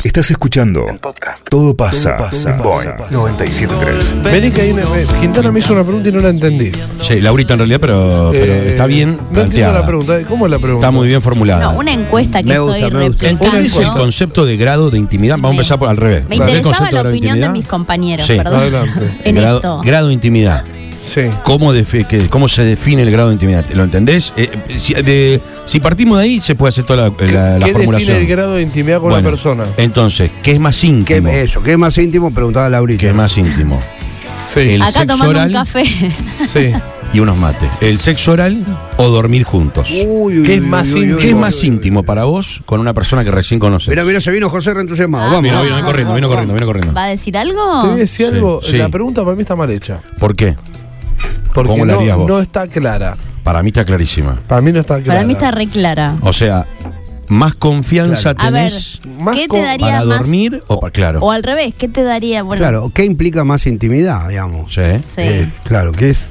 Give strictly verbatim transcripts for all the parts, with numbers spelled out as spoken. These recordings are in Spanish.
Estás escuchando en podcast. Todo pasa, Todo pasa en Boeing noventa y siete punto tres. Vení que hay una, Quintana me hizo una pregunta y no la entendí. Sí, Laurita en realidad, pero, pero Eh, está bien No entiendo planteada. la pregunta. ¿Cómo es la pregunta? Está muy bien formulada. No, una encuesta que Me gusta, estoy me gusta. replicando. ¿Entendés el concepto de grado de intimidad? Vamos a empezar por al revés. Me ¿Entendés el interesaba concepto la grado de opinión de intimidad? mis compañeros, Sí. perdón. Adelante. En grado, esto. grado de intimidad. Sí. ¿Cómo, defi- que- ¿Cómo se define el grado de intimidad? ¿Lo entendés? Eh, si, de- si partimos de ahí, se puede hacer toda la, la, la ¿Qué formulación. define el grado de intimidad con Bueno, una persona? Entonces, ¿qué es más ¿Qué, íntimo? eso, ¿qué es más íntimo? Preguntaba Laurita. ¿Qué es más íntimo? Sí. el Acá sexo tomando oral un café. Sí. y unos mates. ¿El sexo oral o dormir juntos? Uy, uy, ¿Qué es uy, más uy, uy, íntimo? uy, ¿Qué es uy, más uy, uy. íntimo para vos con una persona que recién conoces? Mira, mira, se vino José reentusiasmado. Ah, Vamos. Vino, no, vino, vino corriendo, vino corriendo, vino corriendo. ¿Va a decir Te algo? voy a decir Sí, algo. sí. La pregunta para mí está mal hecha. ¿Por qué? Porque ¿Cómo la no, harías vos? no está clara. Para mí está clarísima. Para mí no está clara. Para mí está re clara. O sea, más confianza A ver, tenés Más ¿qué con- te daría para más? dormir o para... Claro. O al revés, ¿qué te daría? Bueno, Claro, ¿qué implica más intimidad, digamos? Sí. sí. Eh, claro, ¿qué es?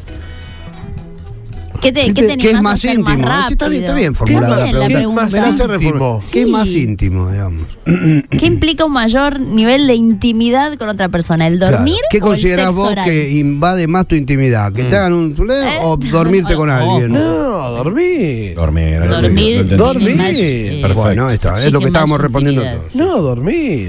¿Qué, te, ¿Qué, qué te- te qué es animás a más hacer íntimo? más Sí, está bien, está rápido? bien formulada Está bien la la pregunta. ¿Qué es Me la hace más reformular. íntimo? ¿Qué es Sí. más íntimo, digamos? ¿Qué implica un mayor nivel de intimidad con otra persona? ¿El dormir Claro. ¿Qué o el considerás sexo vos oral? que invade más tu intimidad? ¿Que te hagan un tulero ¿Eh? o dormirte con alguien? No, dormir. Dormir. lo Dormir, entendí. Dormir. tiene más, eh, Perfecto. Bueno, ahí está, es Sí, lo que que estábamos más respondiendo intimidad. todos. No, dormir.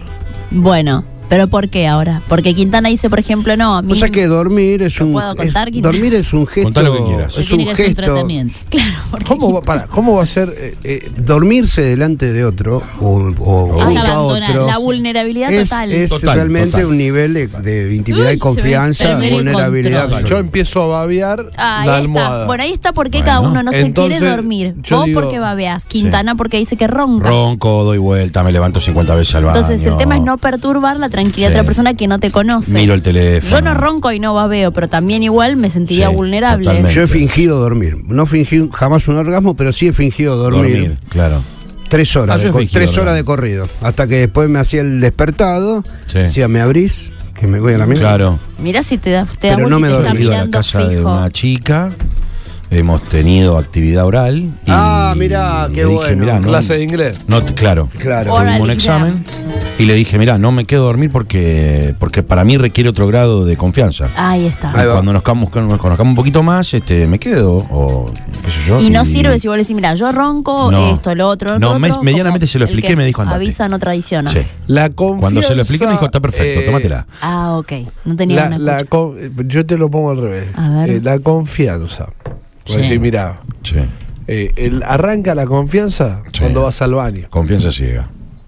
Bueno, ¿pero por qué ahora? Porque Quintana dice, por ejemplo, no, a mí... O sea que dormir es ¿Lo un puedo contar, es- Quintana? dormir es un gesto. Contá lo que quieras. Se Es tiene un que hacer un gesto. tratamiento. Claro, porque... ¿Cómo va, para, ¿Cómo va a ser? eh, eh, Dormirse delante de otro o, o Es junto a abandonar. otro La vulnerabilidad es, total. es Total, realmente total. un nivel de, de intimidad Uy, y confianza, se ve- vulnerabilidad. control. yo empiezo a babear Ah, la ahí está. almohada. Bueno, ahí está porque Bueno. cada uno no Entonces, se quiere dormir. yo Vos digo- porque babeás. Quintana porque dice que ronca. Ronco, doy vuelta, me levanto cincuenta veces al baño. Entonces el tema es no perturbar la tranquilidad Sí. de otra persona que no te conoce. Miro el teléfono. Yo no ronco y no babeo, pero también igual me sentiría Sí, vulnerable. totalmente. Yo he fingido dormir. No fingí jamás un orgasmo, pero sí he fingido dormir. Dormir, claro. Tres horas, Ah, yo de he co- fingido tres dormir. horas de corrido. Hasta que después me hacía el despertado. Sí. Decía, ¿me abrís? Que me voy a la mierda. Claro. Mirá si te da, te da Pero no vuelta me y te dormí. está He ido a la mirando casa de fijo. una chica. Hemos tenido actividad oral. Y Ah, mirá, qué le dije, bueno. mirá, no, Clase de inglés. no te- claro. Claro. Oral Tuvimos un exam. examen y le dije, mirá, no me quedo a dormir porque, porque para mí requiere otro grado de confianza. Ahí está. Ahí Y va. cuando nos conozcamos, nos conozcamos un poquito más, este, me quedo, o qué sé yo. Y no sirve si vos le decís, mira, yo ronco, No. esto, lo otro, lo No, otro, me- como medianamente se lo el expliqué que y me dijo, andate. avisa, no traiciona. Sí. La confianza. Cuando se lo expliqué me dijo, está perfecto, eh, tómatela. Ah, ok. No tenía La, una la escucha. con- yo te lo pongo al revés. A ver. Eh, la confianza. Vos Sí. decís, mira, Sí. eh, el, arranca la confianza Sí. cuando vas al baño. Confianza ciega.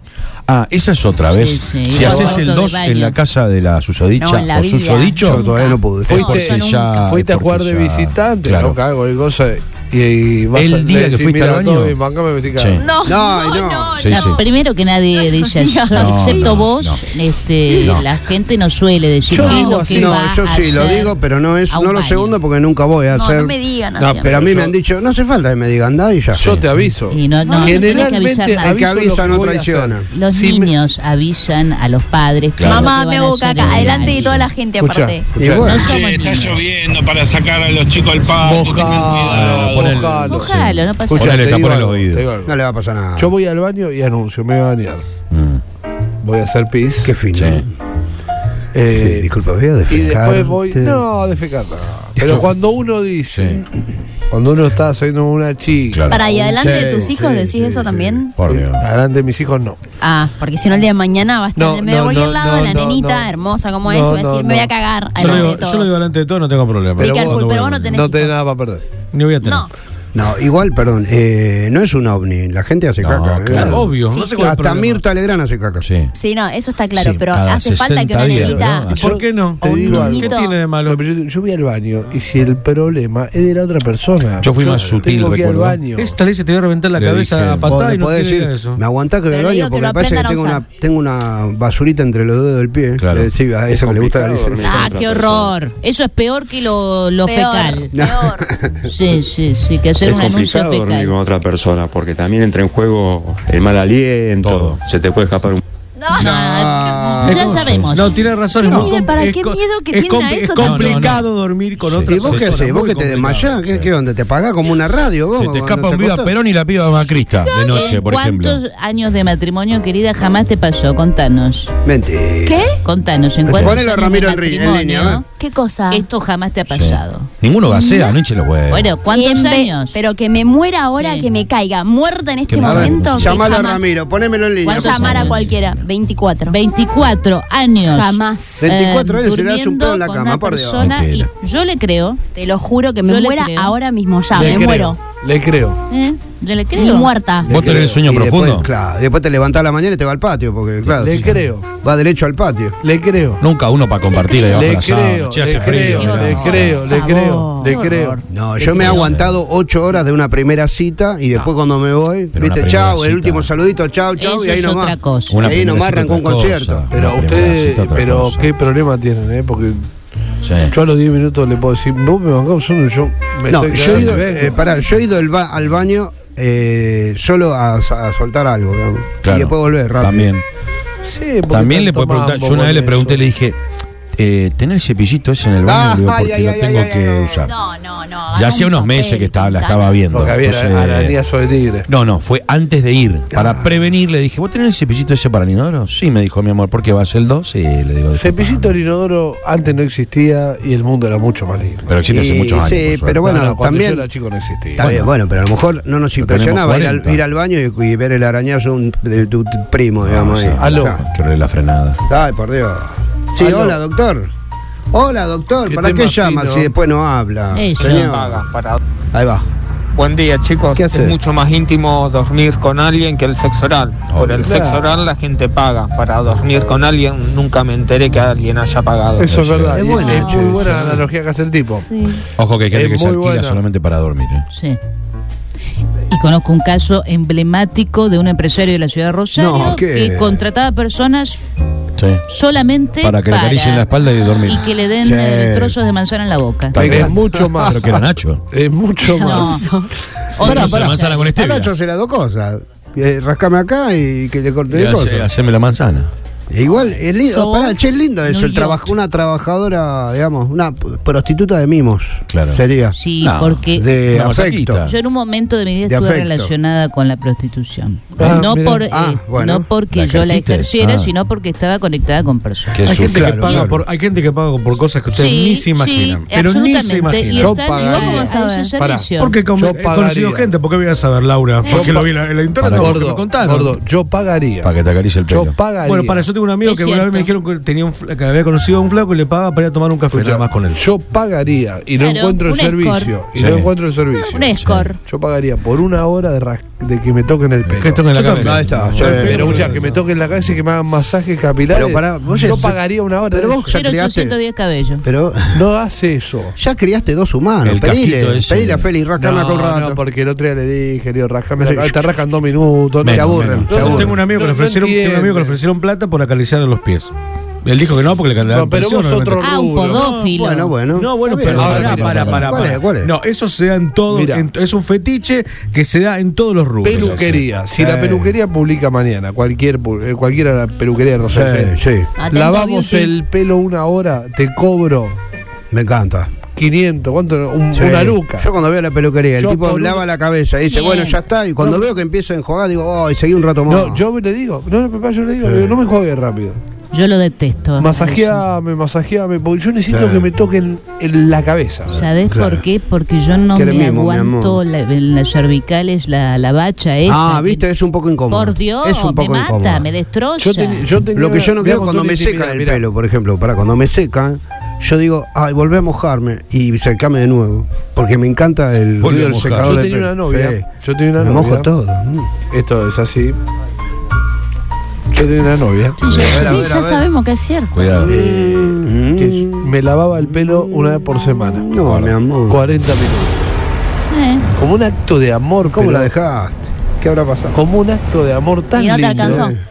Ah, esa es otra Sí, vez. sí, Si igual haces cuarto el de dos baño. en la casa de la susodicha No, en la o vida. susodicho, Yo todavía no pude. es Fuiste- porque Nunca. ya. Fuiste es a jugar porque de ya- visitante, claro. ¿no? Cago y cosa. Y, y vas El a, día le que decís, fuiste mira, al todo baño. bien, bancame, metí Sí. cagado. No, No, no, no. no. Sí, no. sí. Primero que nadie dice eso, No, excepto no, vos, no. este, No. la gente no suele decir Yo qué es digo lo así. que No, va yo a sí lo hacer digo, pero no es a un no lo baño. segundo porque nunca voy a No, hacer. no me digan No, así. Pero a mí Yo- me han dicho, no hace falta que me digan, anda y ya. Yo te aviso. Y no, no, no tenés que Generalmente, avisar nada. El que aviso avisa lo no que voy a traiciona. hacer. Los Si me- niños avisan a los padres que Claro. Mamá, lo que me van a hago hacer caca. en el Adelante de baño. toda la gente, Escuchá, aparte. escuchá. Y bueno. No somos Che, está niños. lloviendo para sacar a los chicos al patio. tengan Mojalo, cuidado. mojalo. Mojalo, no pasa Escuchá, nada. Ponele te tapón digo en el algo, oído. te digo algo. No le va a pasar nada. Yo voy al baño y anuncio, me voy a bañar. Mm. Voy a hacer pis. Qué fino. Sí. Eh, Sí, disculpa, voy a y defecar. después voy. No, defecar no. Pero cuando uno dice, cuando uno está haciendo una chica, Claro. Para, y adelante Sí, de tus hijos sí, decís sí, eso sí. también. Por Dios. adelante de mis hijos no. Ah, porque si no el día de mañana va a estar No, en medio no, cualquier no, lado no, la no, nenita no. hermosa como No, es y va a no, decir, no. me voy a cagar Yo lo, adelante digo, de todos. yo lo digo delante de todo, no tengo problema. Pero Pero careful, vos- pero vos no tenés No tenés hijos. nada para perder. Ni voy a tener. No, No, igual, perdón, eh, no es un ovni, la gente hace No, caca. ¿eh? claro. Obvio, Sí, no sé sí. cuál es el Hasta problema. Mirta Legrand hace caca. Sí. sí, no, eso está claro, Sí, pero cada hace falta que una sesenta días, nenita... ¿no? ¿Y por qué no? Te O un digo algo. ¿Qué niñito. tiene de malo? No, pero yo, yo voy al baño y si el problema es de la otra persona. Yo fui más sutil, tengo que ir al recuerdo. baño. Esta ley se te va a reventar la Le cabeza dije, a Vos patada le y no podés tiene decir, eso. me aguantás que voy al Pero le baño digo que porque lo me parece que aprendan a tengo usar. una, tengo una basurita entre los dedos del pie. Claro. Eh, sí, a eso que le gusta a la complicado licencia. Ah, qué horror. Eso es peor que lo, lo Peor, fecal. peor. Sí, sí, sí, que hacer Es un anuncio complicado dormir con fecal. otra persona porque también entra en juego el mal aliento, Todo. se te puede escapar un... No, No. ya sabemos. No, tiene razón. ¿Qué es muy mide? com- ¿Para es qué co- miedo que es tienen a compli- eso Es también? complicado No, no. dormir con Sí. otra ¿Y vos qué persona, haces? muy ¿Vos que te complicado. desmayás? ¿Qué, Sí. ¿Qué onda? ¿Te pagás como una radio vos? Se te escapa cuando un te viva acostás? Perón y la piba Macrista de noche, ¿En por ejemplo. cuántos años de matrimonio, querida, jamás te pasó? Contanos. Mentira. ¿Qué? Contanos, ¿en cuántos Ponelo a años Ramiro de en ri- en matrimonio línea, ¿eh? ¿Qué cosa? esto jamás te ha Sí. pasado? Ninguno gasea, no hinche los huevos. Bueno, ¿cuántos En ve- años? Pero que me muera ahora, Sí. que me caiga muerta en este me- A ver, momento. que llamalo a jamás- Ramiro, ponémelo en línea. ¿Cuántos por favor. Llamar a años? cualquiera. veinticuatro. veinticuatro años. Jamás. veinticuatro años y le das un durmiendo pedo en la con cama, una por Dios. persona y Mentira. yo le creo, Te lo juro que me Yo le muera creo. ahora mismo ya. Le me creo, muero. Le creo. ¿eh? Yo le Ni creo. muerta. ¿Vos tenés el sueño Y profundo? Después, claro, y después te levantás a la mañana y te va al patio, porque claro, Le creo. va derecho al patio. Le creo. Nunca uno para compartir debajo de Le la sábana. creo, Che, hace le frío. creo, mirá. le creo, le Por creo, favor. le creo. No, yo me he aguantado ocho horas de una primera cita y después cuando me voy, pero una viste, primera chau, el cita. último saludito, chau, chau, Eso y ahí es nomás. otra cosa. Una Y ahí primera nomás cita arrancó un otra concierto. cosa. Pero Una primera ustedes, cita otra pero cosa. qué problema tienen, ¿eh? Porque Sí. yo a los diez minutos le puedo decir, vos me bancás uno, yo me No, estoy yo he cagando ido, y vengo. eh, pará, yo he ido al, ba- al baño eh, solo a, a soltar algo, digamos. Claro. Y después volver rápido. También. Sí, porque También le tanto puede preguntar. mambo Yo una vez con le pregunté, eso. le dije, eh, ¿tener el cepillito ese en el baño? Ah, Le digo, ay, porque ay, lo ay, tengo ay, que ay, usar. No, no, no. Ya haga hacía un unos meses papel, que estaba, la Quintana. estaba viendo. Porque había Entonces, arañazo de tigre. no, no, fue antes de ir. Para prevenir, le dije, ¿vos tenés el cepillito ese para el inodoro? Sí, me dijo mi amor, ¿por qué va a ser el dos? Sí, le digo. Cepillito del inodoro antes no existía y el mundo era mucho más lindo. Pero existe hace Y muchos años. sí, por suerte. pero bueno, No, no, cuando también- yo era chico no existía. Está bien, bueno, pero a lo mejor no nos Pero impresionaba ir tenemos al, cuarenta. ir al baño y, y ver el arañazo un- de tu, tu primo, digamos. Ah, sí. ahí. Aló. Claro. Que horrible la frenada. Ay, por Dios. Sí, Aló. hola, doctor. Hola, doctor. Qué ¿Para qué tema llama fino. si después no habla? Eso. Señor. Paga para- Ahí va. Buen día, chicos. ¿Qué Es hace? mucho más íntimo dormir con alguien que el sexo oral. Por el Obvio. sexo Claro. oral la gente paga. Para dormir con alguien nunca me enteré que alguien haya pagado. Eso es verdad. Es y buena, es che, muy buena sí. la analogía que hace el tipo. Sí. Ojo que hay gente Es que se muy alquila buena. solamente para dormir. ¿eh? Sí. Y conozco un caso emblemático de un empresario de la ciudad de Rosario No, ¿qué? que contrataba personas Sí. solamente Para que le acaricien la espalda y dormir. y que le den Sí. eh, trozos de manzana en la boca. Para que- Es mucho más. Pero que era Nacho. Es mucho No. más. Otro- Pará, pará. manzana con A stevia. Nacho hace las dos cosas. Eh, rascame acá y que le corte Y de hace- cosas. haceme la manzana. Igual es lindo, So, pará, che, es lindo eso, New el trabajo, York. una trabajadora, digamos, una p- prostituta de mimos. Claro. Sería. Sí, No, porque De Una afecto. masaquita. yo en un momento de mi vida De estuve afecto. relacionada con la prostitución. Ah, no, mira. por, eh, Ah, bueno. no porque ¿La yo la ejerciste? ejerciera, Ah. sino porque estaba conectada con personas. Que Hay es gente, claro, que paga claro. por, hay gente que paga por cosas que ustedes Sí, ni se imaginan. sí, pero ni se absolutamente. Y imaginan. Yo están pagaría. igual a ¿Cómo ese sabes? Pará, servicio. Porque con- Yo he conocido pagaría. gente, ¿por qué voy a saber, Laura? Yo Porque lo pa- vi en la, en la internet, Para- porque me Gordo, contaron. gordo, yo pagaría. Para que te acaricie el pelo. Yo pagaría. Bueno, para eso tengo un amigo Es que una vez me cierto. dijeron que, tenía un, fla- que había conocido a un flaco y le pagaba para ir a tomar un café Escucha, nada más con él. Yo pagaría y no Claro, encuentro el un servicio. escort. Y Sí. no encuentro el servicio. Un escort. Yo pagaría por una hora de, ras- de que me toquen el pelo. Que toquen la Yo también. cabeza. Ahí está, No, yo- el pelo, Pero escucha, pero- que me toquen la cabeza y que me hagan masajes capilares. Pero pará, vos yo ya- pagaría una hora pero de vos eso. ya cero ochocientos diez cabellos. Pero No hace eso. ya criaste dos humanos, El casquito pedile, ese. pedile a Félix, rascame acá un No, rato. no, porque el otro día le dije, querido, rascame la Sí. cabeza, te rascan dos minutos. Menos, no. aburren, menos. se No, aburren. Tengo un amigo que No, le ofrecieron, no tengo un amigo que le entiende. ofrecieron plata por acariciarle los pies. Él dijo que no, porque le No, cantaba pero vos otro Ah, un rubro. podófilo. Bueno, bueno. No, bueno, Está bien. pero Ahora, pará, mira, pará, mira, pará, ¿cuál pará. es? ¿Cuál es? No, eso se da en todo. Mira. en- es un fetiche que se da en todos los rubros. Peluquería. Si la Sí. peluquería publica mañana, cualquier pu- eh, cualquiera de la peluquería de Sí, Rosario. sí, Atento, Lavamos beauty. el pelo una hora, te cobro me encanta. quinientos, ¿cuánto? Un- Sí. Una luca. Yo cuando veo la peluquería, el Yo tipo por un- lava la cabeza y dice, Bien. bueno, ya está. Y cuando veo que empieza a enjuagar, digo, oh, y seguí un rato más. No, yo le digo, no, papá, yo le digo, le digo, no me juegues rápido. Yo lo detesto. Masajeame, masajeame, porque yo necesito Claro. que me toquen en la cabeza. ¿Sabés Claro. por qué? Porque yo no Que me eres mimo, mi aguanto amor. la- en las cervicales la, la bacha esta. Ah, viste, es un poco incómodo. Por Dios, es un poco me mata, incómodo. me destroza. Yo, ten- yo tenía- Lo que yo no mirá quiero con cuando toda me intimidad, secan el mirá. pelo, por ejemplo, para cuando me secan, yo digo, ay, volvé a mojarme y secame de nuevo. Porque me encanta el Volvé ruido a del mojar. secador Yo de tenía pelo. una novia. Sí. Yo tenía una Me novia. mojo todo. Mm. Esto es así. Yo tenía una novia. Sí, A ver, a sí, ver, a ya ver. sabemos que es cierto. Cuidado. Mm. Que me lavaba el pelo una vez por semana. No, mi amor. cuarenta minutos. Eh, Como un acto de amor. ¿Cómo pero- la dejaste? ¿Qué habrá pasado? Como un acto de amor tan Y no te lindo. alcanzó. Eh,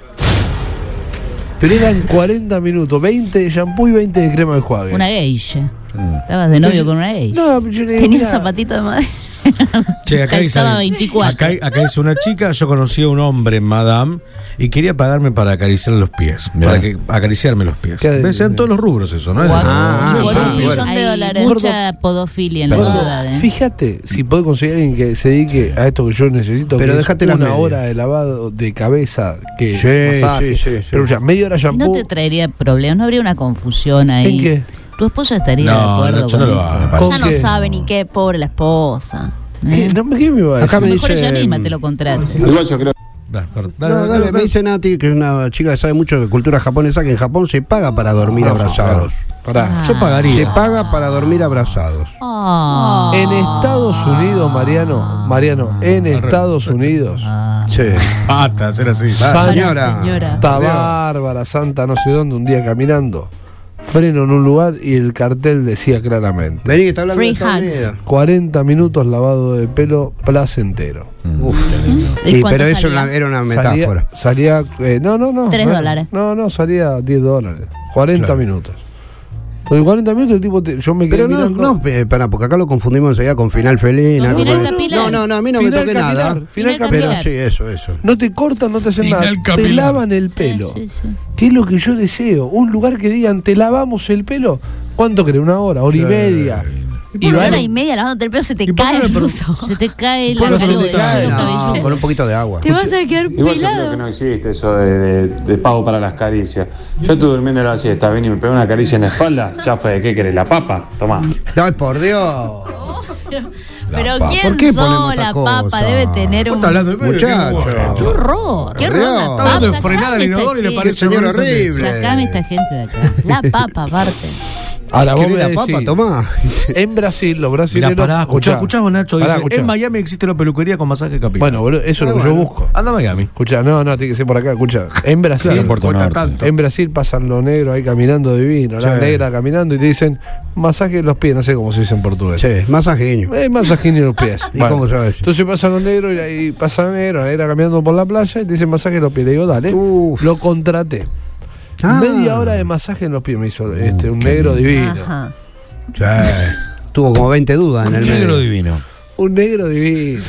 Pero eran cuarenta minutos, veinte de shampoo y veinte de crema de enjuague. una geisha. Mm. Estabas de novio con una geisha. No, yo le digo, Tenía mirá, zapatito de madera. Che, acá dice, Calzaba veinticuatro. acá, acá dice una chica, yo conocí a un hombre, madame, y quería pagarme para acariciar los pies. Mirá. Para que, acariciarme los pies. ¿Qué? ¿Ves? En todos los rubros eso, ¿no? Guau. Ah, Por ah, un millón bueno. de Hay dólares. mucha podofilia en la Gordo, ciudad. ¿eh? fíjate, si podés conseguir a alguien que se dedique a esto que yo necesito, Pero que déjate es las una medias. hora de lavado de cabeza, que Sí, masaje, sí, sí, sí. pero ya, media hora ¿Y shampoo. no te traería problemas? ¿No habría una confusión ahí? ¿En qué? ¿Tu esposa estaría No, de acuerdo no, yo con no lo esto? hago. ¿Con Ya no qué? sabe ni qué, pobre la esposa. ¿Qué? No, ¿qué me iba a decir? Acá A me lo mejor dice- ella misma te lo contrata. Igual yo creo. Dale, dale, No, dale, dale, dale, me dale. dice Nati, que es una chica que sabe mucho de cultura japonesa, que en Japón se paga para dormir No, abrazados. Pará. Yo pagaría. Se paga para dormir abrazados. Ah. En Estados Unidos, Mariano, Mariano, en Estados Unidos, Ah. Sí. Basta, hacer así. Sa- Señora. Señora. está bárbara, santa, no sé dónde, un día caminando, freno en un lugar y el cartel decía claramente: Vení, que está hablando Free de Estados hugs. Unidos. cuarenta minutos lavado de pelo placentero. Uf. ¿Y Y, cuánto pero eso salía? era, era una Salía, metáfora. salía eh, no, no, no. Tres no, dólares. No, no, salía diez dólares. cuarenta Claro. minutos. Porque cuarenta minutos el tipo, te- yo me quedé Pero no, mirando. no, eh, pará, porque acá lo confundimos enseguida con final feliz. No, algo final por- capilar. no, no, no, a mí no Final me toque capilar, nada. final Final capilar. Pero sí, eso, eso. No te cortan, no te hacen Final nada. Te capilar. lavan el pelo. Sí, sí. ¿Qué es lo que yo deseo? Un lugar que digan, te lavamos el pelo. ¿Cuánto crees? ¿Una hora? ¿Hora y media? Y Y una vale- hora y media lavándote el pelo se te ¿Y por cae qué el me buzo. Se te cae Pero la se pelo te de cae, los no, cabellos. No, con un poquito de agua. Te vas a quedar Igual yo creo que pelado. no existe eso de, de- de pago para las caricias. Yo estuve durmiendo la siesta, ven y me pegó una caricia en la espalda. Ya fue, ¿qué querés? ¿La papa? Tomá. Ay, por Dios. Pero ¿Por ¿quién qué ponemos sos? esta La cosa? papa debe tener ¿Vos un... estás hablando de medio? Muchacho. ¡Qué horror! ¡Qué Por horror! Dios. La Está papa. hablando de frenar el Sacame inodoro y le esta parece Señor horrible. horrible. Sacame esta gente de acá. La papa, aparte. Ahora vos ¿Querés me la decís, papa? Tomá. en Brasil, los Mirá, brasileños. pará, escuchá, escuchá, Nacho. Pará, Dice, escuchá. en Miami existe la peluquería con masaje capilar. Bueno, boludo, eso es lo que yo busco. Anda a Miami. Escucha, no, no, tiene que ser por acá, escucha. En Brasil, Claro, Puerto cuesta Norte. tanto. en Brasil pasan los negros ahí caminando divino, la Sí. negra caminando y te dicen masaje en los pies, no sé cómo se dice en portugués. Sí, masajeño. Es masajín en los pies. ¿Y cómo se va a decir? Entonces pasan los negros y ahí pasa la negra, la negra caminando por la playa y te dicen masaje en los pies. Le digo, dale. Uf. Lo contraté. Ah. Media hora de masaje en los pies me hizo este, un negro divino. Ajá. Sí. Tuvo como veinte dudas en Un el negro medio. divino. Un negro divino.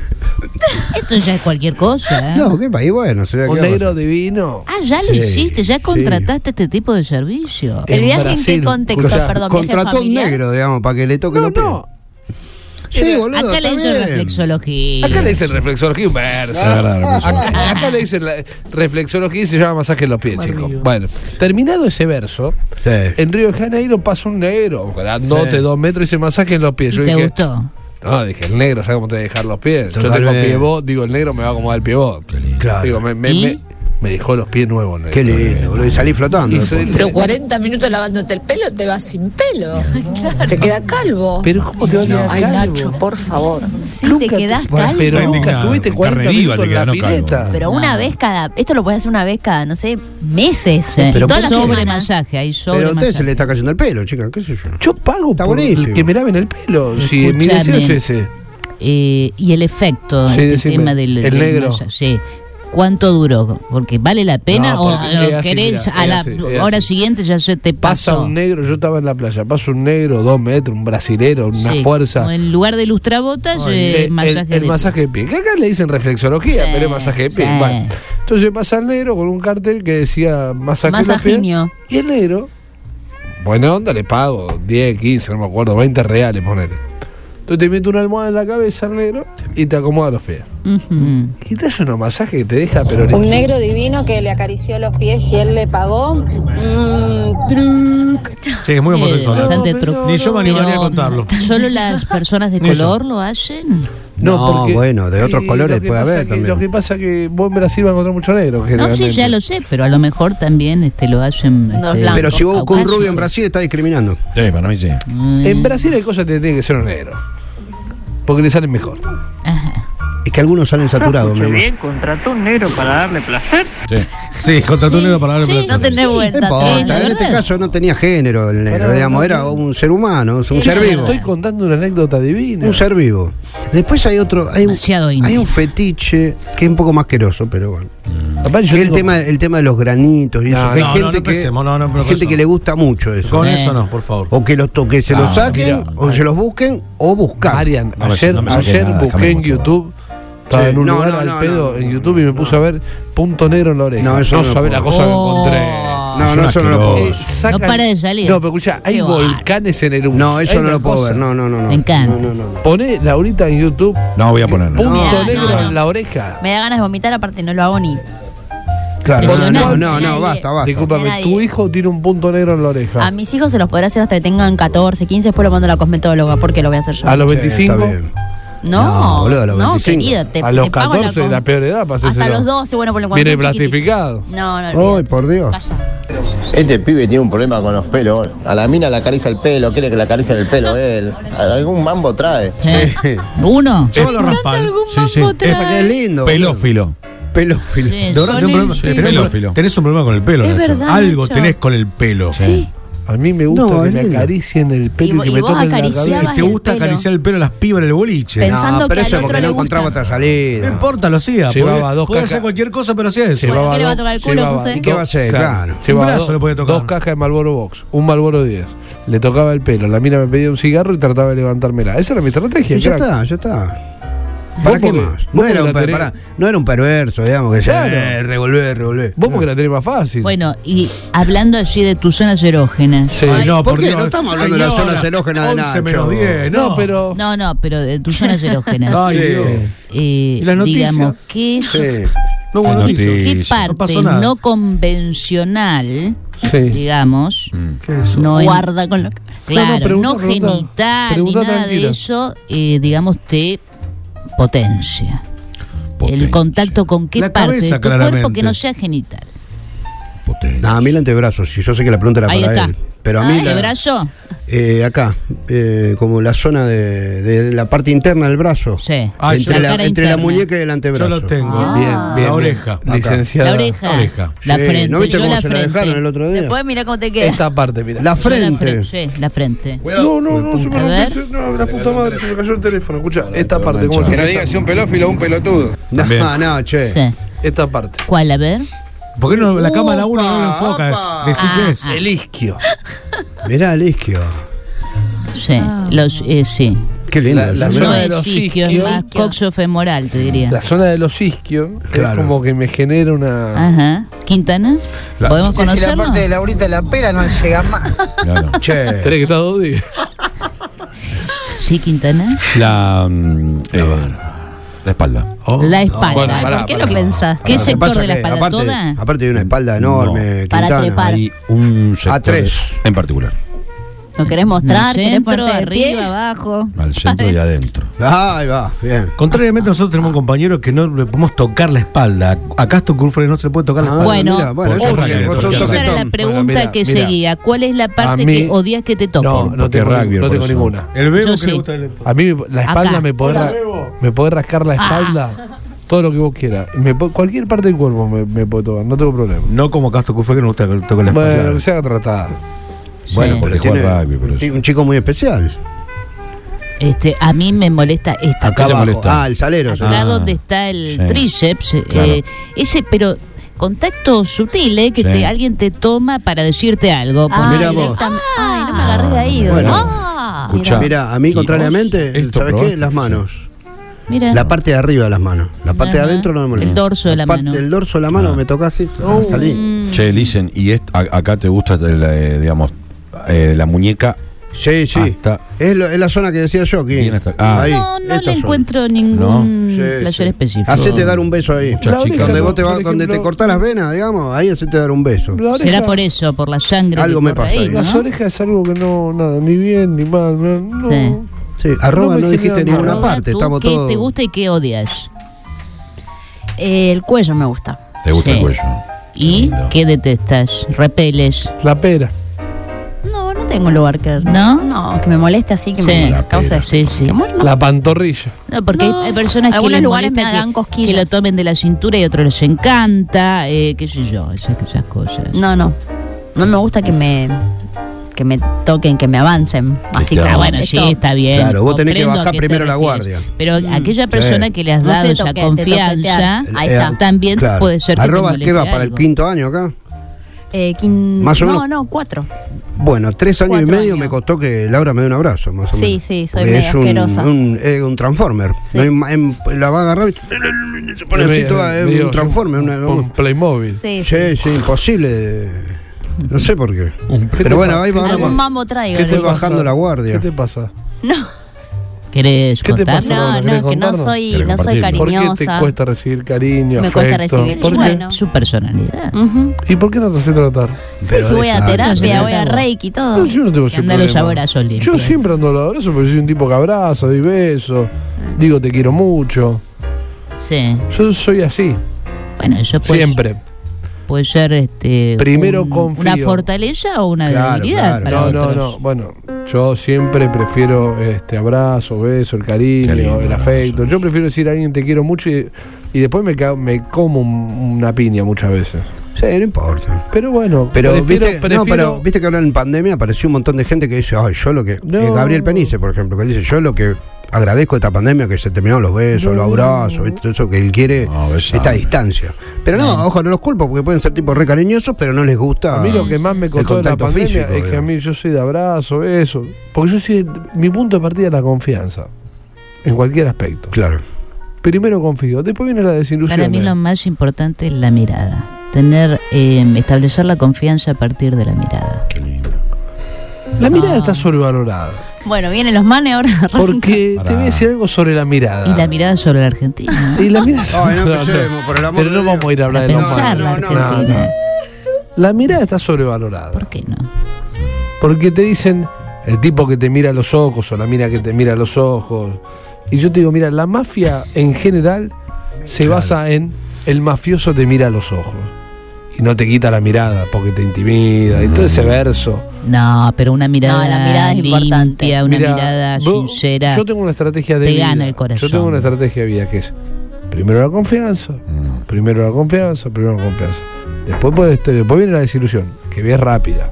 Esto ya es cualquier cosa, ¿eh? No, qué país bueno. sería Un que negro vamos divino. Ah, ya lo Sí, hiciste, ya sí. contrataste este tipo de servicio. En ¿El viaje en Brasil, qué contexto? o sea, Perdón, a- viaje Contrató un familiar. negro, digamos, para que le toque No, los pies. no. Sí, boludo. Acá le está hizo bien. reflexología. Acá le dicen reflexología un verso. Ah, Acá, acá le dicen la- reflexología y se llama masaje en los pies, chicos. Bueno, terminado ese verso, Sí. en Río de Janeiro pasa un negro, grandote, Sí. dos metros, y dice masaje en los pies. ¿Y Yo te dije, gustó? no, dije, el negro, ¿sabes cómo te voy a dejar los pies? Yo tengo Totalmente. piebot, digo, el negro me va a acomodar el piebot. Claro. Digo, me, me, ¿Y? me, me dejó los pies nuevos, negro. Qué lindo, boludo. Y salí flotando. Y después. soy- Pero cuarenta minutos lavándote el pelo, te vas sin pelo. Te queda calvo. Pero ¿cómo te va a quedar Ay, calvo? Nacho, por favor. Sí, te quedás Bueno, calvo. Pero Está nunca indignado. estuviste cuarenta Carne viva minutos te en la queda, no calvo. pileta. Pero una vez cada... Esto lo puedes hacer una vez cada, no sé, meses. Sí. Y Pero todas las sobre semanas. masaje, hay sobre Pero a usted se masaje. le está cayendo el pelo, chica. ¿Qué sé yo? Yo pago Está por buenísimo. que me laven el pelo. Si mi Escúchame. deseo es ese. Eh, y el efecto, Sí, este decime. tema del, El del negro. masaje, sí. ¿Cuánto duró? Porque vale la pena No, o, porque o es así, querés mirá, a es la así, es hora así. siguiente ya se te Pasa pasó. un negro, yo estaba en la playa, pasa un negro, dos metros, un brasilero, una Sí, fuerza. como en lugar de lustrabotas, eh, Eh, masaje el, el de masaje de pie. Que acá le dicen reflexología, Sí, pero es masaje de pie. sí. Bueno, entonces pasa el negro con un cartel que decía masaje de los pies. Masajiño. Y el negro, buena onda, le pago diez, quince, no me acuerdo, veinte reales, ponele. Entonces te mete una almohada en la cabeza al negro y te acomoda los pies. Ujú. Y te hace un masaje que te deja, pero. Un negro divino que le acarició los pies y él le pagó. Mm, truc. Sí, es muy Eh, homosexual. bastante No, pero truco. Ni yo me animaría Pero, a contarlo. ¿Solo las personas de Ni yo. color lo hacen? No, bueno, de otros y colores lo que puede pasa haber que- también. Lo que pasa es que vos en Brasil vas a encontrar mucho negro. No, sí, generalmente. ya lo sé, pero a lo mejor también este, lo hacen. Los este, blancos. Pero si vos con un caucásicos. rubio en Brasil está discriminando. Sí, para mí sí. Mm, En Brasil hay cosas que tienen que ser negros. Porque le salen mejor. ajá. ¿Y que algunos salen saturados, mi amor. bien, contrató un negro para darle placer. Sí. Sí, contrató un negro para darle Sí, placer. no tenés vuelta. No importa, tenés, en este ¿verdad? caso no tenía género el negro, Pero, digamos, no, era no. un ser humano, un ser vivo. Estoy contando una anécdota divina. Un ser vivo. Después hay otro, hay un, Demasiado íntimo. hay un fetiche que es un poco más asqueroso, pero bueno. Aparte, yo Que el tengo- tema, el tema de los granitos y No, eso. que hay no, gente, no, no que, empecemos, no, no, pero hay gente eso que no. le gusta mucho eso. Con Eh. eso no, por favor. O que, los, to- que se No, los saquen, mira, o se los busquen, o buscar. Marian, No me- ayer, no me saqué ayer nada, busqué déjame en mostrar. YouTube. Estaba Sí. en un No, lugar no, al no, pedo no, en no, YouTube y me puse a ver punto negro en la oreja. No, eso no lo sabés la puedo. cosa que Oh. encontré. No, Es no, un eso no lo puedo ver. asqueroso. No para de salir. No, pero escucha, hay Qué volcanes en el No, eso Hay no una lo puedo cosa. ver. No, no, no. no. Me encanta. No, no, no, no. Poné Laurita en YouTube. No voy a poner nada. Punto No, negro no, no. en la oreja. Me da ganas de vomitar, aparte no lo hago ni. Claro, no, no, Impresionante. no, no, basta, basta. Discúlpame, Nadie. tu hijo tiene un punto negro en la oreja. A mis hijos se los podrá hacer hasta que tengan catorce, quince, después lo mando a la cosmetóloga, porque lo voy a hacer yo. A los Sí, veinticinco. está bien. No, No, boludo, a los no, veinticinco. querido, te, A los te pago la catorce, cos- la peor edad para Hasta hacérselo. los doce, bueno, por lo cual Viene plastificado. No, no, Ay, olvídate. por Dios. Calla. Este pibe tiene un problema con los pelos. A la mina le acaricia el pelo, quiere que le acaricie el pelo él. Algún mambo trae. ¿Eh? Uno. Yo lo raspan. Sí, sí. Es que es lindo. Pelófilo. Pelófilo. Sí, De verdad, con tenés un el problema- pelo. tenés un- Pelófilo. tenés un problema con el pelo, Es Nacho. verdad, Algo Nacho. tenés con el pelo. Sí. A mí me gusta No, que es me lindo. acaricien el Y pelo y, vos- que y me vos toquen la acariciabas cabeza. Te el gusta pelo. acariciar el pelo a las pibas en el boliche. Pensando No, pero que eso al es otro porque le no gusta. encontraba otra No salida. importa, lo hacía. Llevaba Podía, dos podía cajas. hacer cualquier cosa, pero hacía eso. Llevaba ¿qué le va a dos- tocar el culo, llevaba José? ¿Y qué va a hacer? Claro. Llevaba brazo dos- le podía tocar. dos cajas de Marlboro Box, un Marlboro diez. Le tocaba el pelo, la mina me pedía un cigarro y trataba de levantármela. Esa era mi estrategia. Y ya crack. está, ya está. ¿Para Vos qué porque- más? vos No porque era, un la per- tenés- pará, no era un perverso, digamos, que Claro. se revolver, revolver. Vos porque la tenés más fácil. Bueno, y hablando allí de tus zonas erógenas. Sí. Ay, no, ¿Por por qué? Dios. No estamos hablando de las Señora, zonas erógenas de once Nacho. menos diez, no, no, pero. No, no, pero de tus zonas erógenas. Ay, Sí. Dios. Eh, ¿Y las noticias? digamos, ¿qué, es- Sí. No hubo Ay, noticia. noticia. qué No parte pasó no, nada. convencional, Sí. digamos, Mm. ¿Qué es eso? no en- Guarda con lo que. claro, no, pregunta, pregunta. genital Pregunta ni nada tranquila. de eso, eh, digamos, te potencia. Potencia. El contacto con qué La parte cabeza, de tu cuerpo claramente. que no sea genital. Potencia. No, a mí el antebrazo, si yo sé que la pregunta era Ahí para está. él. Pero a mí ¿El la- brazo? eh, acá, eh, como la zona de, de la parte interna del brazo. Sí. Ah, entre yo- la, cara entre la interna. muñeca y el antebrazo. Yo lo tengo. Ah. Bien, bien. La bien. oreja. Licenciada. La oreja. La oreja. La Sí, frente. ¿no viste yo cómo la se la frente. dejaron el otro día? Después mira cómo te queda. Esta parte, mira. La Yo la frente. fre- Sí, la frente. No, no, no, se me A rompió. ver. ese- No, la puta madre, se me cayó el teléfono. Escucha, esta parte, ¿cómo se Que no llama? diga si un pelófilo o un pelotudo. No, Bien. no, che. Sí. Esta parte. ¿Cuál? A ver. ¿Por qué no la cámara uno no lo Opa, enfoca? opa. Decí Ah, qué es. ah. El isquio. Mirá el isquio. Sí. Los, eh, sí. Qué lindo. La- la eso. zona No de es los isquio, es isquios. más coxofemoral, te diría. La zona de los isquios Claro. es como que me genera una. Ajá. ¿Quintana? La- ¿Podemos Si la conocerlo? parte de Laurita la pera no llega más. Claro. Che. Tenés que estar dos días. Sí, Quintana. La. mm, eh, la espalda. La espalda. Bueno, pará, ¿Por qué pará. lo pensás? ¿Qué Lo que sector pasa de la que, espalda? aparte, ¿Toda? Aparte de una espalda enorme, Para Quintana. trepar. Hay un sector A tres. en particular. ¿Lo querés mostrar? ¿Querés Centro, ponerte de pie? arriba, abajo. Al centro y adentro. Ahí va, bien. Contrariamente, nosotros tenemos un compañero que no le podemos tocar la espalda. A Castro Curfre no se le puede tocar la Ah, espalda. Bueno, mira, bueno, por eso favor, es porque vos sos porque Esa era la toquetón. pregunta Bueno, mira, que mira. seguía. ¿Cuál es la parte A mí- que odias que te toquen? No, no Porque tengo, rugby, no por tengo eso. ninguna. El bebo Yo que sí. le gusta el A mí la espalda Acá. me puede, ra- me puede rascar la espalda, todo lo que vos quieras. Me po- cualquier parte del cuerpo me, me puede tocar, no tengo problema. No como Castro Curfre que no gusta que le toque la espalda. Bueno, que se haga tratar. Bueno, Sí. porque Pero juega tiene- rugby, por eso. tiene un chico muy especial. Este, a mí me molesta esta Acá te abajo. molesta? Ah, el salero. acá Ah, donde está el sí. tríceps, Claro. eh, ese, pero contacto sutil, eh, que Sí. te, alguien te toma para decirte algo. Ah, Mirá vos. directamente. Ay, no me agarré de ahí. Bueno. boludo. Ah, Escuchá. Mira, a mí ¿Y contrariamente, vos esto ¿sabes qué? probaste? Las manos. mira. La parte de arriba de las manos. La parte de Ajá. adentro no me molesta. El dorso de la parte- mano. El dorso de la mano Ah. me toca así. ah, salí. Mm. Che, dicen, y est- a- acá te gusta, la, eh, digamos, eh, la muñeca Sí, sí. hasta. Es, lo- es la zona que decía yo aquí. Bien hasta- ah. Ahí, No, no esta le zona. encuentro ningún Sí, placer sí. específico. Hacete dar un beso ahí. Muchas La chicas. oreja Donde no, vos te por vas, donde te ejemplo, cortás las venas, digamos, ahí hacete dar un beso. la oreja- Será por eso, por la sangre. Algo que me corre pasa ahí, ahí. ¿no? Las orejas es algo que no, nada, ni bien ni mal. No, no. Sí. Sí, arroba No no, me dijiste genera ninguna nada. parte, ¿Tú estamos qué todos. te gusta y qué odias? Eh, el cuello me gusta. Te gusta Sí. el cuello. ¿Y Lindo. qué detestas? ¿Repeles? La pera. No, no tengo tengo un lugar que. ¿No? No, que me moleste así, que Sí. me La cause. Sí, sí. No. La pantorrilla. No, porque No, hay, hay personas que algunos les lugares molesta me dan que, cosquillas. que lo tomen de la cintura y a otros les encanta, eh, qué sé yo, esas, esas cosas. No, no. No me gusta que me que me toquen, que me avancen. Así que Ah, bueno, esto- sí, está bien. Claro, vos tenés que Comprendo a bajar qué te primero la refieres. guardia. Pero Mm. aquella persona Sí. que le has No dado sé, esa toque- confianza, toquetear. Ahí está. también Claro. puede ser que te Arroba, moleste ¿qué va? ¿Para el algo. quinto año acá? Eh, quin- Más o no, menos. no, cuatro. Bueno, tres años y Cuatro medio años. me costó que Laura me dé un abrazo, más o Sí, menos. sí, soy Porque medio es un, asquerosa. un, es un transformer. Sí. No hay ma- en- la va a agarrar y se pone así Medio- toda, es medio- un transformer. Una, Un Playmobil. Sí, sí, sí, imposible. de- No sé por qué. ¿Qué te Pero bueno, pasa? ahí va. Algún va- mambo traigo. ¿Qué le te digo. Estoy bajando la guardia. ¿Qué te pasa? No, ¿Querés ¿Qué te contar? pasa? no, ¿Querés no, que no contarnos? soy, ¿Querés no soy compartirlo? ¿Por qué cariñosa. te cuesta recibir cariño, Me cuesta afecto? recibir, ¿Por qué? bueno. Su personalidad. Ujú. ¿Y por qué no te hace tratar? Sí, Pero sí, voy a dejalo, terapia, voy a dejalo. reiki, todo. No, yo no tengo ese Anda los problema. abrazos limpios. Yo siempre ando a los abrazos porque soy un tipo que abraza, doy besos, digo te quiero mucho. Sí. Yo soy así, Bueno, eso puede, siempre. puede ser este, Primero un- confío. una fortaleza o una Claro, debilidad claro. para No, no, otros. no. Bueno, yo siempre prefiero este abrazo, beso, el Qué cariño, lindo, el afecto. Yo prefiero decir a alguien te quiero mucho y, y después me, ca- me como un- una piña muchas veces. Sí, no importa. Pero bueno, Pero, prefiero, viste, prefiero- no, pero viste que ahora en pandemia apareció un montón de gente que dice, ay, yo lo que. No. eh, Gabriel Penice, por ejemplo, que dice, yo lo que agradezco de esta pandemia que se terminaron los besos, los abrazos, ¿viste? Todo eso que él quiere, No, besame. esta distancia. Pero no, ojo, no los culpo porque pueden ser tipos re cariñosos, pero no les gusta. A mí lo que más me el costó de la contacto pandemia físico, es que a digamos. mí yo soy de abrazo, beso. Porque yo soy. Mi punto de partida es la confianza. En cualquier aspecto. Claro. Primero confío, después viene la desilusión. Para mí lo más importante es la mirada. Tener, eh, establecer la confianza a partir de la mirada. Qué lindo. La mirada Ah. está sobrevalorada. Bueno, vienen los manes ahora. arranca. Porque te Pará. voy a decir algo sobre la mirada. Y la mirada sobre la Argentina. Y la mirada. Ay, no empecemos, por el amor Pero de no Dios. vamos a ir a hablar A de los pensar la malos. no, no, Argentina. no. La mirada está sobrevalorada. ¿Por qué no? Porque te dicen el tipo que te mira a los ojos o la mina que te mira a los ojos. Y yo te digo, mira, la mafia en general se basa en el mafioso te mira a los ojos. Y no te quita la mirada porque te intimida. Y todo ese verso. No, pero una mirada, No, la mirada es limpia, importante. una Mira, mirada vos- sincera. Yo tengo una estrategia de te vida. gana el corazón. Yo tengo una estrategia de vida que es primero la confianza, Mm. primero la confianza, primero la confianza. Después, puede- después viene la desilusión, que es rápida.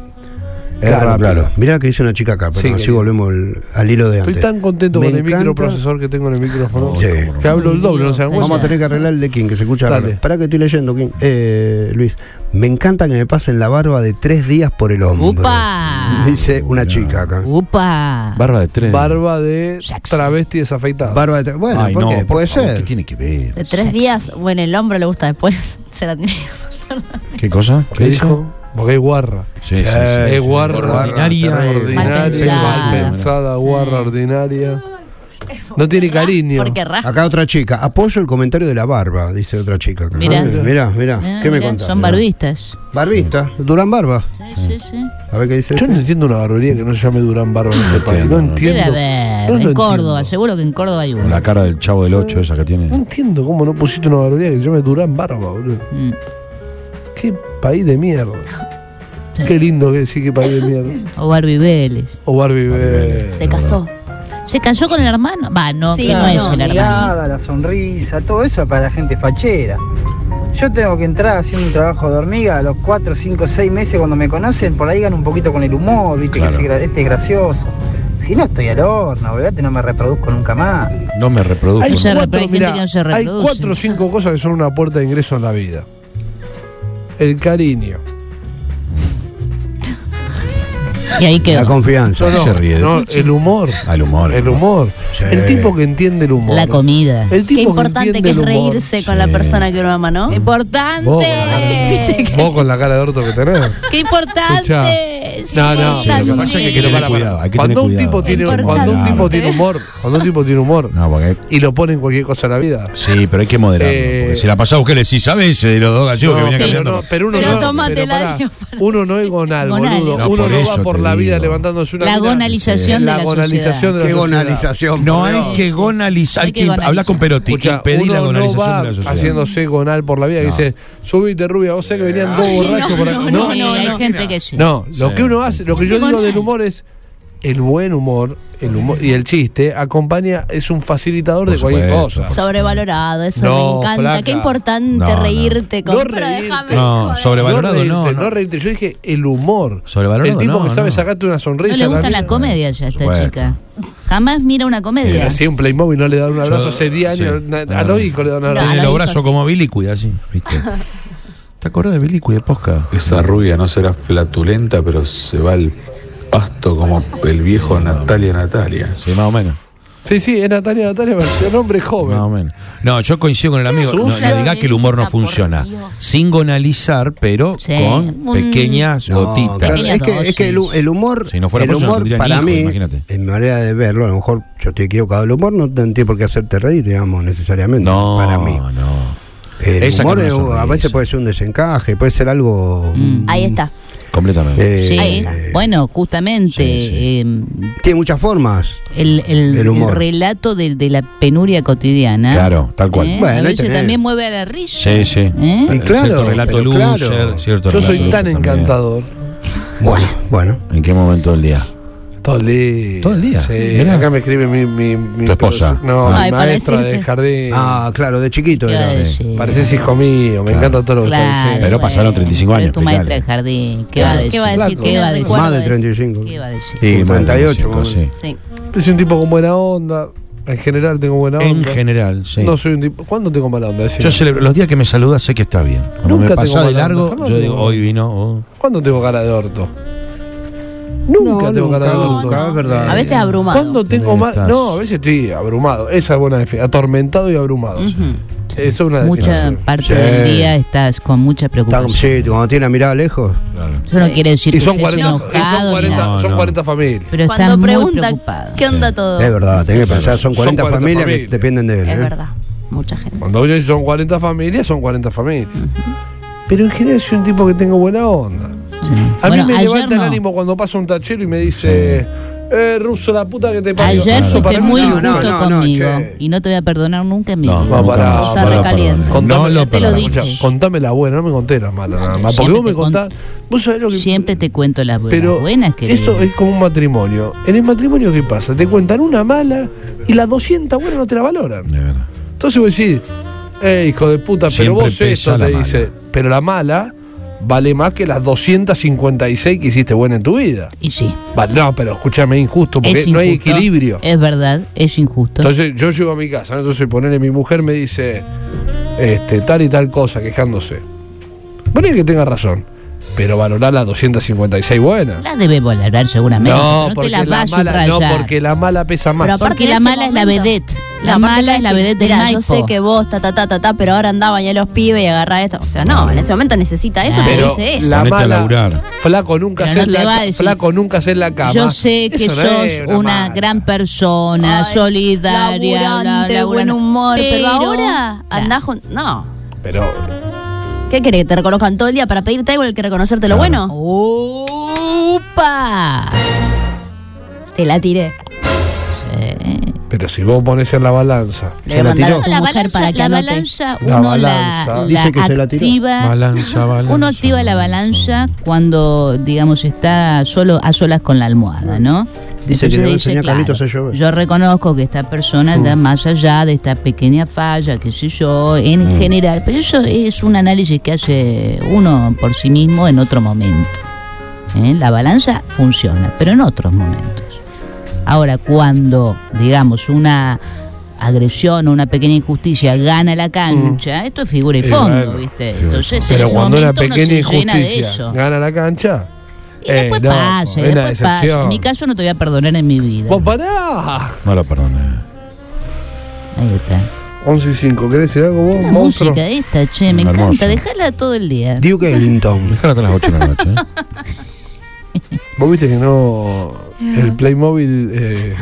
Es Claro, rápida. claro. Mirá que dice una chica acá, pero Sí, así querido. volvemos el- al hilo de antes. Estoy tan contento Me con el encanta- microprocesor que tengo en el micrófono. Sí. Que hablo el doble, no se dan Vamos a cuenta. tener que arreglar el de King, que se escucha Dale. raro. Pará que estoy leyendo, King. Eh, Luis, me encanta que me pasen la barba de tres días por el hombro. ¡Upa! Dice una chica acá. ¡Upa! Barba de tres. Barba de Sexy. travesti desafeitada. Barba de tres. Bueno, Ay, ¿por no, qué? por Puede favor, ser. ¿Qué tiene que ver? De tres días, bueno, el hombro le gusta después. Se la tiene. ¿Qué cosa? ¿Qué dijo? Porque es guarra. Sí, sí, sí. Eh, es guarra, Ordinaria. ordinaria, Mal pensada. mal pensada, guarra ordinaria. No tiene cariño. Porque rasca. Acá otra chica. Apoyo el comentario de la barba, dice otra chica. acá. Mirá. Ah, mirá, mirá. Ah, ¿Qué me mirá, contás? son Mirá. barbistas. Barbista. Durán Barba. Sí, sí, sí. A ver qué dice. Yo este. no entiendo una barbería que no se llame Durán Barba en este país. No Debe entiendo. haber. No lo en Córdoba, entiendo. seguro que en Córdoba hay uno. La cara del chavo del ocho esa que No tiene. entiendo cómo no pusiste una barbería que se llame Durán Barba, boludo. Mm. Qué país de mierda. Qué lindo que decir qué país de mierda. O Barbie Vélez. O Barbie Vélez. Se casó. ¿Se casó con el hermano? Va, no, Sí, que no, no, es no, el la hermano. mirada, la sonrisa, todo eso para la gente fachera. Yo tengo que entrar haciendo un trabajo de hormiga a los cuatro, cinco, seis meses cuando me conocen, por ahí gano un poquito con el humor, viste Claro. que ese gra- este es gracioso. Si no estoy al horno, olvidate, no me reproduzco nunca más. No me reproduzco. Hay No se cuatro, repro- hay gente mirá, que no se hay reproduce. cuatro o cinco cosas que son una puerta de ingreso en la vida. El cariño. Y ahí La quedó. confianza. No, no, se ríe. no, el humor. Ah, el humor. El humor. Sí. El tipo que entiende el humor. La comida. El Qué tipo importante que que es entiende el humor. reírse con la persona que uno ama, ¿no? ¡Qué importante! Vos con, la cara, vos con la cara de orto que tenés. ¡Qué importante! No, no. Sí, lo que pasa es que Pero tener para, cuidado, hay que cuando tener un cuidado. tipo tiene Importante. cuando un tipo Claro. tiene humor, cuando un tipo tiene humor No, porque. y lo pone en cualquier cosa en la vida. Sí, pero hay que moderarlo. Eh, porque si la pasás, ¿qué le decís? ¿Sabes? De los dos gallegos que No, venía pero, caminando. no, pero uno Pero no, tómate pero el pará, año uno no es gonal, Gonal. boludo. No, uno por no eso va por te la vida digo. levantándose una La mina. gonalización la de la gonalización de la Qué sociedad. gonalización, No hay que gonalizar. Hay que hablar con Perotti. Escucha, pedir la uno no gonalización va de la sociedad. haciéndose gonal por la vida, No. que dice, subite rubia, vos sabés que venían dos borrachos por acá. No, no, no, hay gente que sí. No, lo Sí. que uno hace, lo que yo digo del humor es el buen humor, el humor y el chiste acompaña, es un facilitador Por de cualquier supuesto. cosa. Sobrevalorado, eso No, me encanta. flaca. Qué importante No, no. reírte con No pero reírte. déjame No, joder. sobrevalorado no no. reírte, no. no reírte. Yo dije el humor. Sobrevalorado El tipo no, que sabe no. sacarte una No sonrisa. le a gusta la vida. comedia ya a esta Bueno. chica. Jamás mira una comedia. Así un Playmobil no le da un abrazo Yo- hace diez sí. años. na- No, A no. los hijos le da un abrazo. No, Tiene lo los dijo brazos así. como Bilicuy, así, ¿viste? ¿Te acordás de Bilicuy de Posca? Esa rubia no será flatulenta, pero se va al pasto como el viejo Natalia Natalia. Sí, más o menos. Sí, sí, es Natalia Natalia, versión hombre joven. Más o menos. No, yo coincido con el amigo. No, Sucia. no diga que el humor no funciona. Sin gonalizar, pero Sí. con Un- pequeñas No, gotitas. claro, Pequeñas es, que, es que el, hu- el humor, Si no fuera el por eso, no humor tendrían para hijos, mí, imagínate. en mi manera de verlo, a lo mejor yo estoy equivocado, el humor no tiene por qué hacerte reír, digamos, necesariamente, No, para mí. no. El Esa humor que es- no sonrisa. a veces puede ser un desencaje, puede ser algo... Mm. Ahí está. Completamente. eh, Sí, eh, bueno, justamente Sí, sí. eh, tiene muchas formas. el, el- El humor. el relato de, de la penuria cotidiana. Claro, tal cual. ¿eh? Bueno, a ahí veces tenés. también mueve a la risa. Sí, sí. ¿Eh? Y claro, Cierto relato pero loser, claro. cierto Yo relato soy loser tan también. encantador. Bueno, bueno. ¿En qué momento del día? Todo el día. ¿Todo el día? Sí, Mirá. acá me escribe mi, mi, mi Tu esposa. profesor- No, Ay, mi para maestra decirte. de jardín. Ah, claro, de chiquito ¿Qué iba a era. decir? Pareces hijo mío, me Claro. encanta todo lo que Claro, está diciendo. Pero pasaron treinta y cinco pero años, es tu maestra de explicale. jardín. ¿Qué Claro, va a decir? ¿qué va a decir? ¿Qué va a decir? Recuerdo Más de eso. treinta y cinco. ¿Qué va a decir? Y treinta y ocho, treinta y cinco, sí. Sí. Yo soy un tipo con buena onda. En general tengo buena En onda. general, sí. No soy un tipo. ¿Cuándo tengo mala onda? Decime. Yo celebro, los días que me saludas sé que está bien. Cuando Nunca me pasa tengo de mala onda, largo, jamás yo tengo digo, mala hoy vino. oh. ¿Cuándo tengo cara de orto? Nunca No, tengo cara de nunca, orto. nunca, es verdad. A veces abrumado. ¿Cuándo tengo Tenés, mal? estás- No, a veces estoy abrumado. Esa es buena definición. Atormentado y abrumado. Ujú. Eso es una Mucha definición. parte Sí. del día estás con mucha Está- preocupación. sí, cuando tiene la mirada lejos. Claro. Eso no quiere decir Y que son estés cuarenta, y enojado, son ni cuarenta, nada, No, son no. cuarenta familias. pero estás Cuando muy pregunta preocupado. qué onda todo. Es verdad, tenés que pensar, son Son cuarenta, cuarenta familias, que familias. dependen de él. Es ¿eh? verdad. Mucha gente. Cuando uno dice son cuarenta familias, son cuarenta familias. Pero en general soy un tipo que tengo buena onda. Sí. A Bueno, mí me ayer levanta el no. ánimo cuando pasa un tachero y me dice, eh, ruso, la puta que te parió. Ayer Eso fuiste para mí muy no, injusto no, no, no, conmigo che. y no te voy a perdonar nunca en mi No, vida. No, nunca pará, más. Está No lo recaliente. perdoné. Contame, No lo te lo perdoné. dije. Escucha, contame la buena, no me conté la mala nada más. Porque Siempre vos me te con- contás, vos sabés lo que... Siempre te cuento las buenas. Pero buenas que eso es como un matrimonio. En el matrimonio, ¿qué pasa? Te cuentan una mala y las doscientas buenas no te la valoran. De verdad. Entonces vos decís, eh, hijo de puta, pero Siempre vos pesa esto la te mala. dice. Pero la mala vale más que las doscientas cincuenta y seis que hiciste buena en tu vida. Y sí. Vale, no, pero escúchame, es injusto, porque Es no hay injusto. equilibrio. Es verdad, es injusto. Entonces yo llego a mi casa, ¿no? Entonces ponerle mi mujer me dice este, tal y tal cosa, quejándose. Bueno, es que tenga razón, pero valorar las doscientas cincuenta y seis buenas. La debe valorar seguramente. No, No, te porque la va la a mala, no, subrayar. porque la mala pesa más. Pero aparte Porque en la ese mala es la momento- vedette. La No, aparte mala le es la decís, vedette del mirá, yo Maipo. sé que vos, ta, ta, ta, ta, ta, pero ahora andaba ya los pibes y agarrá esto. O sea, no, en ese momento necesita eso, te Pero dice eso. la Ponete a mala, laburar. flaco nunca Pero hacer no te la, va a ca- decir- flaco nunca hacer la cama. Yo sé que Eso no sos es una, mala. gran persona, Ay, solidaria, laburante, la- buen laburante. humor, pero, Pero- ahora andás jun- No. Pero ¿Qué querés? ¿Que te reconozcan todo el día para pedirte algo, el que reconocerte lo bueno? ¡Upa! Te la tiré. Pero si vos pones en la balanza. Le voy a mandar a tu La mujer balanza, para que la anote. balanza La uno balanza. la, Dice la que se la tiró. activa. Balanza, balanza, Uno activa la balanza cuando, digamos, está solo a solas con la almohada, ¿no? Dice que le va a Entonces enseñar a Carlitos a llover. yo reconozco que esta persona está más allá de esta pequeña falla, qué sé yo, en Mm. general. Pero eso es un análisis que hace uno por sí mismo en otro momento. ¿eh? La balanza funciona, pero en otros momentos. Ahora, cuando, digamos, una agresión o una pequeña injusticia gana la cancha, esto es figura y Eh, fondo, bueno, ¿viste? figura y Entonces, Pero en ese cuando una momento uno pequeña se llena de injusticia eso. gana la cancha. Y después eh, no, pasa, y es una después pasa. decepción. En mi caso no te voy a perdonar en mi vida. Vos pará. No lo perdoné. Ahí está. once y cinco, ¿querés decir algo vos, La monstruo? música esta, che, me Hermoso. encanta. Déjala todo el día. Duke Ellington. Déjalo hasta las ocho de la noche. ¿eh? Vos viste que no. El Playmobil. Eh,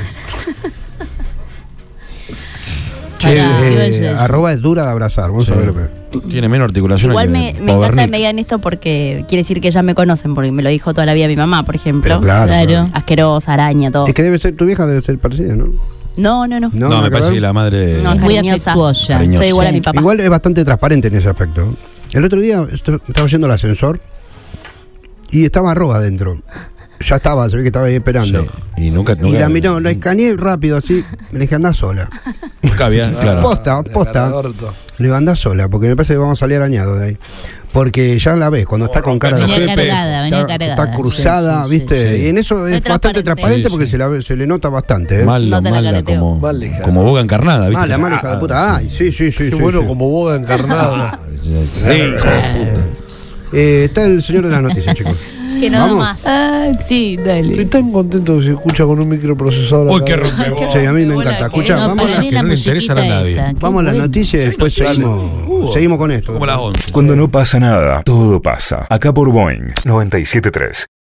Che, Pará, eh, iba a decir eso. arroba es dura de abrazar. Vamos Sí. a ver lo que. Tiene menos articulación. Igual que me, me encanta Powernick. que me digan esto porque quiere decir que ya me conocen, porque me lo dijo toda la vida mi mamá, por ejemplo. Pero claro, Claro. claro. Asquerosa, araña, todo. Es que debe ser, tu vieja debe ser parecida, ¿no? No, no, no. No, me parece que la madre No, Es muy cariñosa. afectuosa. Cariñosa. Soy igual a Sí. mi papá. Igual es bastante transparente en ese aspecto. El otro día estu- estaba yendo al ascensor y estaba Roa adentro. Ya estaba, se ve que estaba ahí esperando. Sí. Y nunca, Y nunca la miró, la escaneé rápido así. Me le dije, andá sola. Nunca había, claro. Posta, posta. Le digo, andá sola, porque me parece que vamos a salir arañados de ahí. Porque ya la ves, cuando está con cara de Venía jefe, cargada, venía está, cargada. está cruzada, Sí, sí, ¿viste? sí. Y en eso es Es bastante transparente. transparente Sí, porque sí. Se, la, ve- se le nota bastante. ¿eh? Mala, No te la mala, careteo. como, Mal lejana. como boga encarnada, ¿viste? Mala, mala, Ah, hija de puta. Ay, sí, sí, sí. Qué sí, bueno sí. como boga encarnada. Sí, hijo de puta. Eh, está el señor de las noticias, chicos. Que no da Vamos. más. Ah, sí, Estoy dale. tan contento que se escucha con un microprocesador. Uy, acá. qué rompebolas. Sí, a mí me buena encanta. que- Escucha, No, vamos, poné a, que la no le interesan a musiquita nadie. esta, qué vamos a las bueno. noticias y después seguimos, seguimos con esto. Como las once. Cuando no pasa nada, todo pasa. Acá por Boeing noventa y siete punto tres.